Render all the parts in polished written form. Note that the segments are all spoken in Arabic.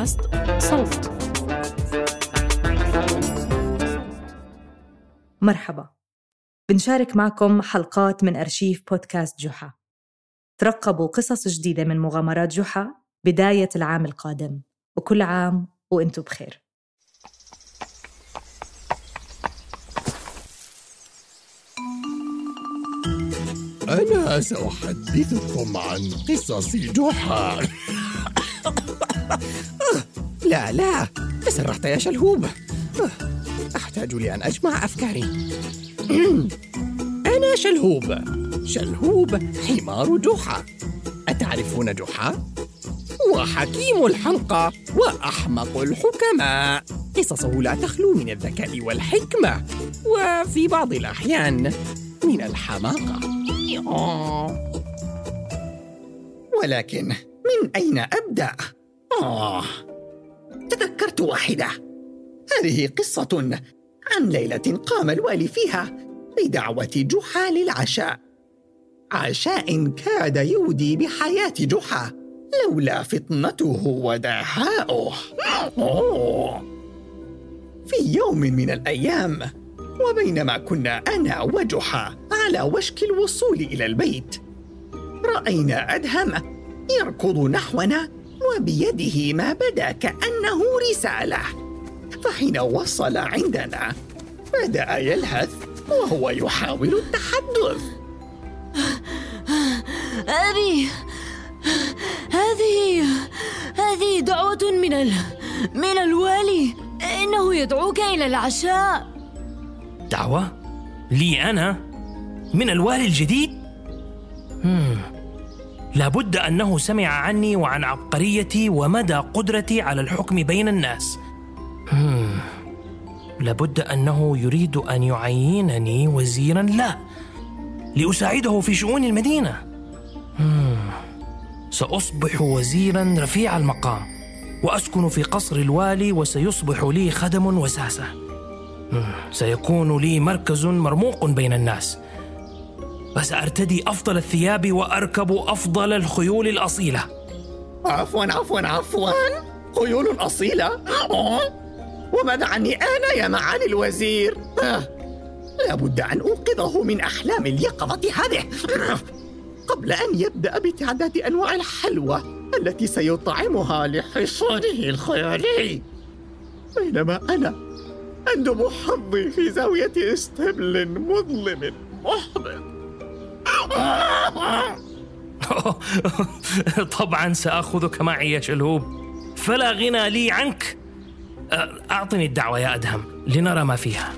بودكاست صوت. مرحبا، بنشارك معكم حلقات من أرشيف بودكاست جحا. ترقبوا قصص جديدة من مغامرات جحا بداية العام القادم، وكل عام وإنتم بخير. أنا سأحدثكم عن قصص جحا. لا تسرعت يا شلهوب، أحتاج لأن أجمع أفكاري. أنا شلهوب حمار جحا. أتعرفون جحا؟ هو حكيم الحمقى وأحمق الحكماء. قصصه لا تخلو من الذكاء والحكمة، وفي بعض الأحيان من الحماقة. ولكن من أين أبدأ؟ تذكرت واحدة. هذه قصة عن ليلة قام الوالي فيها بدعوة جحا للعشاء، عشاء كاد يودي بحياة جحا لولا فطنته ودهاؤه. في يوم من الأيام، وبينما كنا أنا وجحا على وشك الوصول إلى البيت، رأينا أدهم يركض نحونا وبيده ما بدا كأنه رسالة. فحين وصل عندنا بدأ يلهث وهو يحاول التحدث. أبي، هذه دعوة من الوالي، إنه يدعوك إلى العشاء. دعوة؟ لي أنا؟ من الوالي الجديد؟ لابد أنه سمع عني وعن عبقريتي ومدى قدرتي على الحكم بين الناس. لابد أنه يريد أن يعينني وزيراً له لأساعده في شؤون المدينة. سأصبح وزيراً رفيع المقام، وأسكن في قصر الوالي، وسيصبح لي خدم وساسة. سيكون لي مركز مرموق بين الناس، وسأرتدي أفضل الثياب وأركب أفضل الخيول الأصيلة. عفوا، خيول أصيلة؟ وماذا عني أنا يا معالي الوزير؟ لابد أن أوقظه من أحلام اليقظة هذه قبل أن يبدأ بتعداد أنواع الحلوى التي سيطعمها لحصانه الخيالي، بينما أنا أندب حظي في زاوية استبل مظلم محبط. طبعا سأخذك معي يا شلهوب، فلا غنى لي عنك. أعطني الدعوة يا أدهم لنرى ما فيها.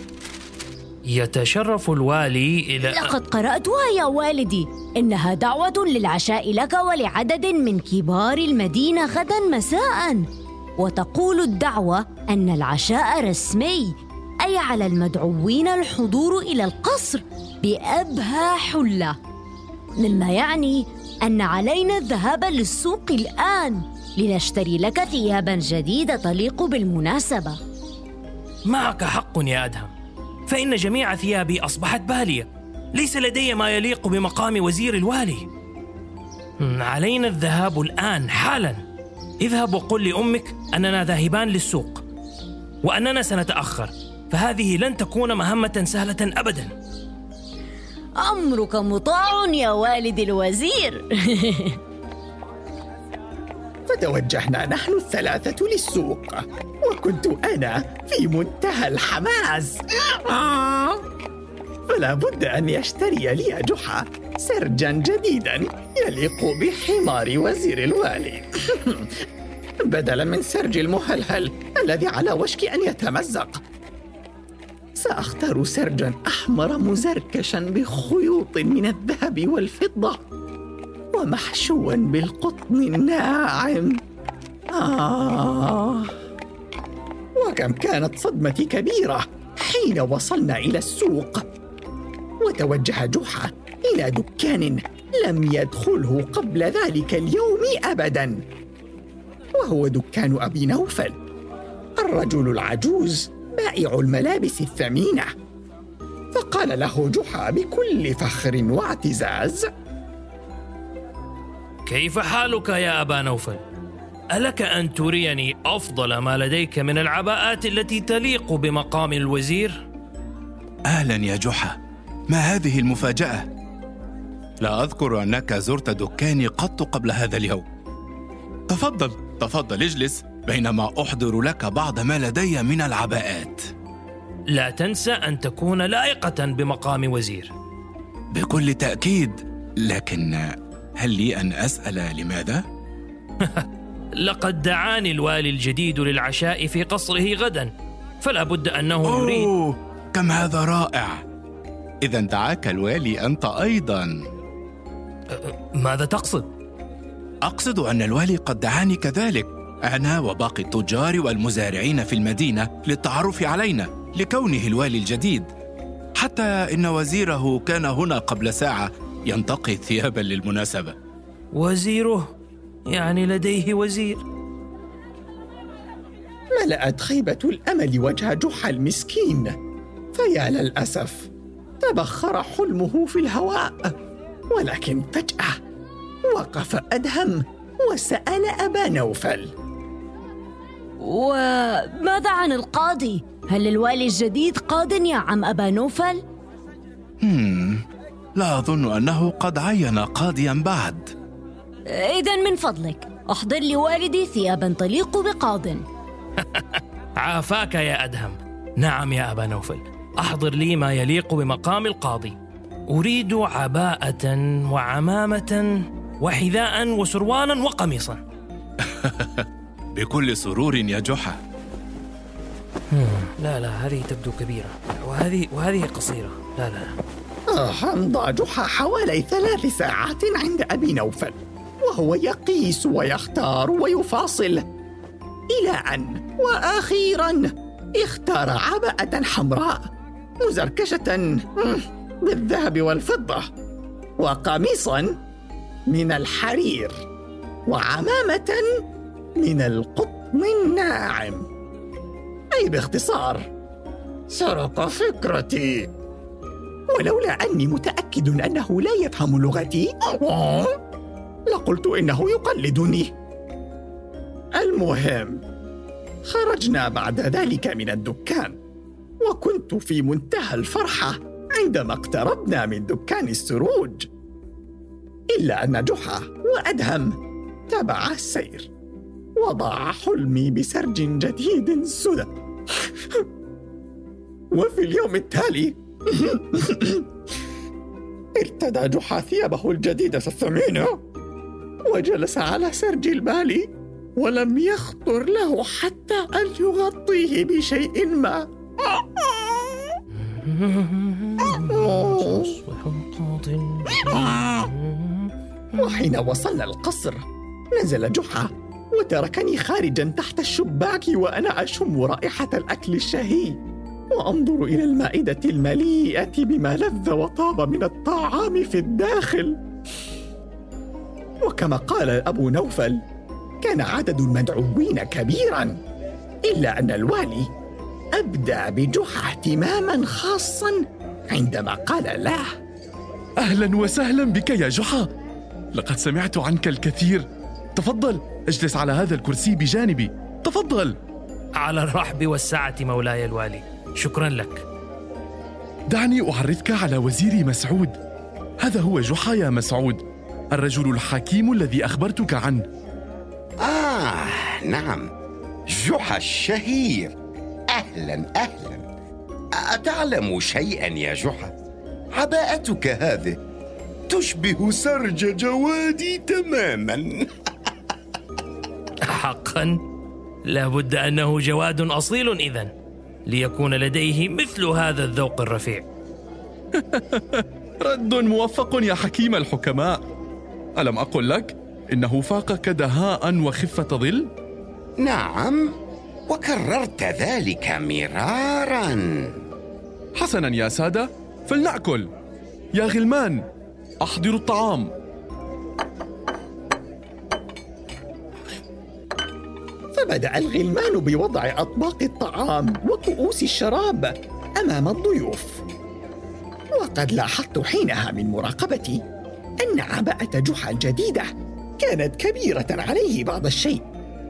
يتشرف الوالي إلى... لقد قرأتها يا والدي، إنها دعوة للعشاء لك ولعدد من كبار المدينة غدا مساء. وتقول الدعوة أن العشاء رسمي، أي على المدعوين الحضور إلى القصر بأبهى حلة، مما يعني أن علينا الذهاب للسوق الآن لنشتري لك ثياباً جديدة تليق بالمناسبة. معك حق يا أدهم، فإن جميع ثيابي أصبحت بالية، ليس لدي ما يليق بمقام وزير الوالي. علينا الذهاب الآن حالاً. اذهب وقل لأمك أننا ذاهبان للسوق وأننا سنتأخر، فهذه لن تكون مهمة سهلة أبداً. أمرك مطاع يا والد الوزير. فتوجهنا نحن الثلاثة للسوق، وكنت أنا في منتهى الحماس. فلا بد أن يشتري لي جحا سرجا جديدا يليق بحمار وزير الوالي بدلا من سرج المهلهل الذي على وشك أن يتمزق. سأختار سرجا أحمر مزركشا بخيوط من الذهب والفضة ومحشوا بالقطن الناعم. وكم كانت صدمتي كبيرة حين وصلنا إلى السوق، وتوجه جحا إلى دكان لم يدخله قبل ذلك اليوم أبداً، وهو دكان أبي نوفل، الرجل العجوز بائع الملابس الثمينة. فقال له جحا بكل فخر واعتزاز: كيف حالك يا أبا نوفل؟ ألك أن تريني أفضل ما لديك من العباءات التي تليق بمقام الوزير؟ أهلا يا جحا، ما هذه المفاجأة؟ لا أذكر أنك زرت دكاني قط قبل هذا اليوم. تفضل اجلس بينما أحضر لك بعض ما لدي من العباءات. لا تنسى أن تكون لائقة بمقام وزير. بكل تأكيد، لكن هل لي أن أسأل لماذا؟ لقد دعاني الوالي الجديد للعشاء في قصره غدا، فلا بد أنه يريد. كم هذا رائع! إذا دعاك الوالي أنت أيضا. ماذا تقصد؟ أقصد أن الوالي قد دعاني كذلك، أنا وباقي التجار والمزارعين في المدينة، للتعرف علينا لكونه الوالي الجديد. حتى إن وزيره كان هنا قبل ساعة ينتقي ثيابا للمناسبة. وزيره؟ يعني لديه وزير؟ ملأت خيبة الأمل وجه جحا المسكين، فيا للأسف تبخر حلمه في الهواء. ولكن فجأة وقف أدهم وسأل أبا نوفل: وماذا عن القاضي؟ هل الوالي الجديد قاضٍ يا عم أبا نوفل؟ لا أظن أنه قد عين قاضيا بعد. إذن من فضلك أحضر لي والدي ثيابا تليق بقاضٍ. عافاك يا أدهم. نعم يا أبا نوفل، أحضر لي ما يليق بمقام القاضي. أريد عباءة وعمامة وحذاء وسروالا وقميصا. بكل سرور يا جحا. لا هذه تبدو كبيرة، وهذه قصيرة. لا أمضى جحا حوالي 3 ساعات عند أبي نوفل وهو يقيس ويختار ويفاصل، إلى أن وأخيراً اختار عباءة حمراء مزركشة بالذهب والفضة، وقميصاً من الحرير، وعمامة من القطن الناعم. أي باختصار سرق فكرتي، ولولا أني متأكد أنه لا يفهم لغتي لقلت إنه يقلدني. المهم، خرجنا بعد ذلك من الدكان، وكنت في منتهى الفرحة عندما اقتربنا من دكان السروج، إلا أن جحا وأدهم تبع السير، وضاع حلمي بسرج جديد سدى. وفي اليوم التالي ارتدى جحا ثيابه الجديدة الثمينة وجلس على سرج المال، ولم يخطر له حتى أن يغطيه بشيء ما. وحين وصلنا القصر نزل جحا وتركني خارجا تحت الشباك، وأنا أشم رائحة الأكل الشهي وأنظر إلى المائدة المليئة بما لذ وطاب من الطعام في الداخل. وكما قال أبو نوفل، كان عدد المدعوين كبيراً، إلا أن الوالي أبدى بجحا اهتماماً خاصاً عندما قال له: أهلاً وسهلاً بك يا جحا، لقد سمعت عنك الكثير. تفضل اجلس على هذا الكرسي بجانبي، تفضل. على الرحب والسعة مولاي الوالي، شكراً لك. دعني أعرفك على وزيري مسعود. هذا هو جحا يا مسعود، الرجل الحكيم الذي أخبرتك عنه. نعم، جحا الشهير. أهلا. أتعلم شيئا يا جحا؟ عباءتك هذه تشبه سرج جوادي تماما. حقا؟ لابد أنه جواد أصيل إذن، ليكون لديه مثل هذا الذوق الرفيع. رد موفق يا حكيم الحكماء. ألم أقل لك إنه فاقك دهاء وخفة ظل؟ نعم، وكررت ذلك مرارا. حسنا يا سادة، فلنأكل. يا غلمان، أحضروا الطعام. فبدأ الغلمان بوضع أطباق الطعام وكؤوس الشراب أمام الضيوف. وقد لاحظت حينها من مراقبتي أن عباءة جحا الجديدة كانت كبيرة عليه بعض الشيء،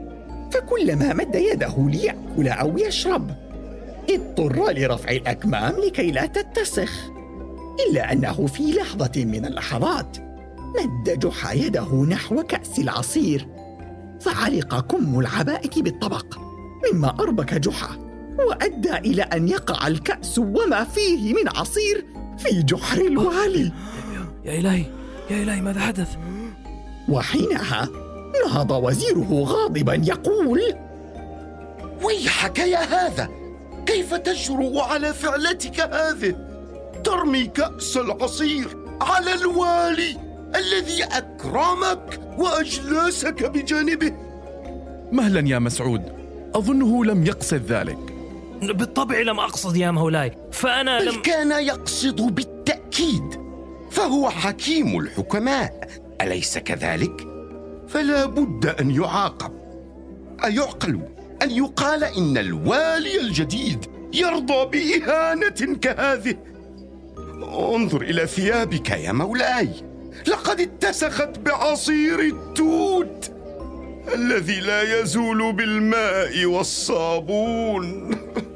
فكلما مد يده ليأكل أو يشرب اضطر لرفع الأكمام لكي لا تتسخ، إلا أنه في لحظة من اللحظات مد جحا يده نحو كأس العصير، فعلق كم العباءة بالطبق، مما أربك جحا وأدى إلى أن يقع الكأس وما فيه من عصير في جحر الوالي. يا إلهي ماذا حدث؟ وحينها نهض وزيره غاضبا يقول: ويحك يا هذا، كيف تجرؤ على فعلتك هذه؟ ترمي كأس العصير على الوالي الذي أكرمك وأجلسك بجانبه. مهلا يا مسعود، أظنه لم يقصد ذلك. بالطبع لم أقصد يا مولاي، فأنا بل كان يقصد بالتأكيد، فهو حكيم الحكماء أليس كذلك؟ فلا بد أن يعاقب. أيعقل أن يقال إن الوالي الجديد يرضى بإهانة كهذه؟ انظر إلى ثيابك يا مولاي، لقد اتسخت بعصير التوت الذي لا يزول بالماء والصابون.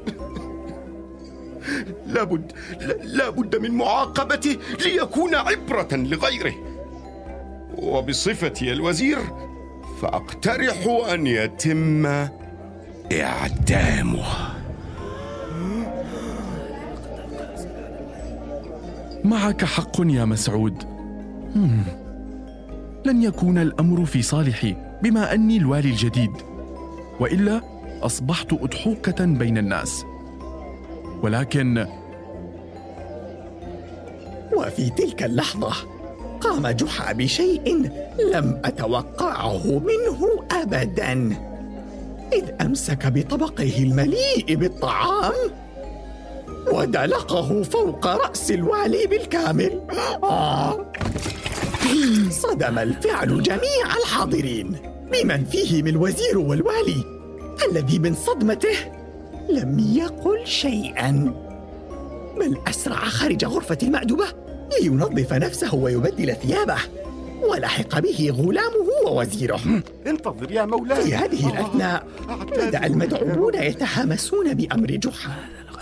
لا بد من معاقبته ليكون عبرة لغيره. وبصفتي الوزير فأقترح أن يتم إعدامه. معك حق يا مسعود. لن يكون الأمر في صالحي بما أني الوالي الجديد، وإلا أصبحت أضحوكة بين الناس. ولكن وفي تلك اللحظة قام جحا بشيء لم أتوقعه منه أبداً، إذ أمسك بطبقه المليء بالطعام ودلقه فوق رأس الوالي بالكامل. صدم الفعل جميع الحاضرين، بمن فيهم الوزير والوالي، الذي من صدمته لم يقل شيئاً، بل أسرع خارج غرفة المأدبة لينظف نفسه ويبدل ثيابه، ولحق به غلامه ووزيره. انتظر يا مولاي. في هذه الأثناء بدأ المدعوون يتحامسون بأمر جحا،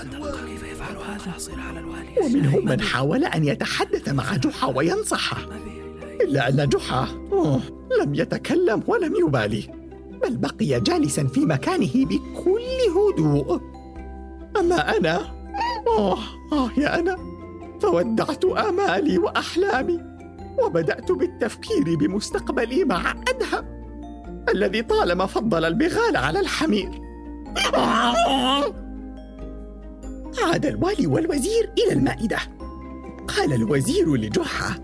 ومنهم من حاول أن يتحدث مع جحا وينصحه، إلا أن جحا لم يتكلم ولم يبالي، بل بقي جالسا في مكانه بكل هدوء. أما أنا يا أنا، فودعت آمالي وأحلامي وبدأت بالتفكير بمستقبلي مع أدهم الذي طالما فضل البغال على الحمير. عاد الوالي والوزير إلى المائدة. قال الوزير لجحا: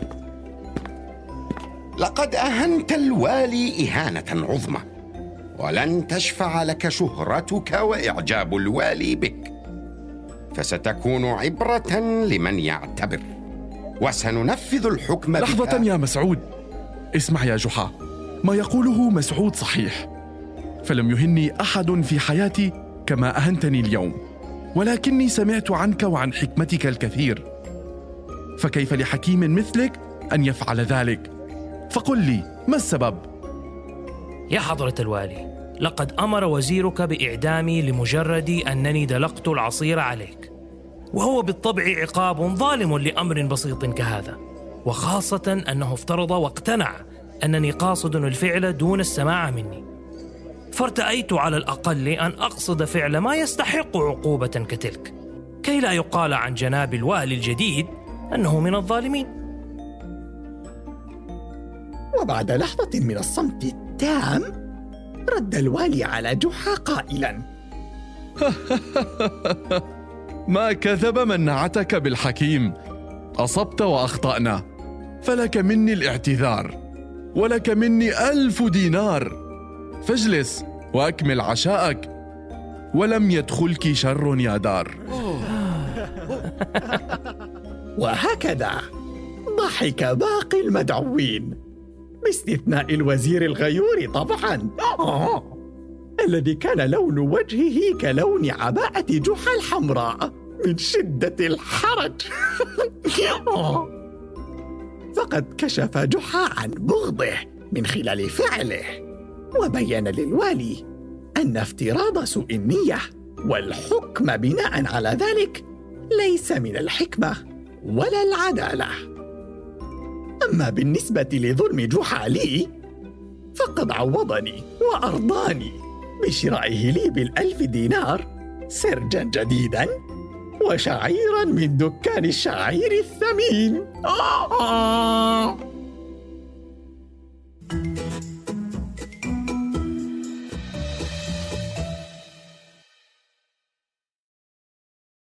لقد أهنت الوالي إهانة عظمى، ولن تشفع لك شهرتك وإعجاب الوالي بك، فستكون عبرة لمن يعتبر، وسننفذ الحكم. لحظة يا مسعود، اسمع يا جحا، ما يقوله مسعود صحيح، فلم يهني أحد في حياتي كما أهنتني اليوم، ولكني سمعت عنك وعن حكمتك الكثير، فكيف لحكيم مثلك أن يفعل ذلك؟ فقل لي ما السبب؟ يا حضرة الوالي، لقد أمر وزيرك بإعدامي لمجرد أنني دلقت العصير عليك، وهو بالطبع عقاب ظالم لأمر بسيط كهذا، وخاصة أنه افترض واقتنع أنني قاصد الفعل دون السماع مني، فارتأيت على الأقل أن أقصد فعل ما يستحق عقوبة كتلك، كي لا يقال عن جناب الوالي الجديد أنه من الظالمين. وبعد لحظة من الصمت التام رد الوالي على جحا قائلاً: ما كذب من نعتك بالحكيم، أصبت وأخطأنا، فلك مني الاعتذار، ولك مني 1000 دينار، فاجلس وأكمل عشاءك، ولم يدخلك شر يا دار. وهكذا ضحك باقي المدعوين، باستثناء الوزير الغيور طبعاً، الذي كان لون وجهه كلون عباءة جحا الحمراء من شدة الحرج. فقد كشف جحا عن بغضه من خلال فعله، وبين للوالي أن افتراض سوء النية والحكم بناء على ذلك ليس من الحكمة ولا العدالة. أما بالنسبة لظلم جحا لي فقد عوضني وأرضاني بشرائه لي ب1,000 دينار سرجا جديدا وشعيرا من دكان الشعير الثمين.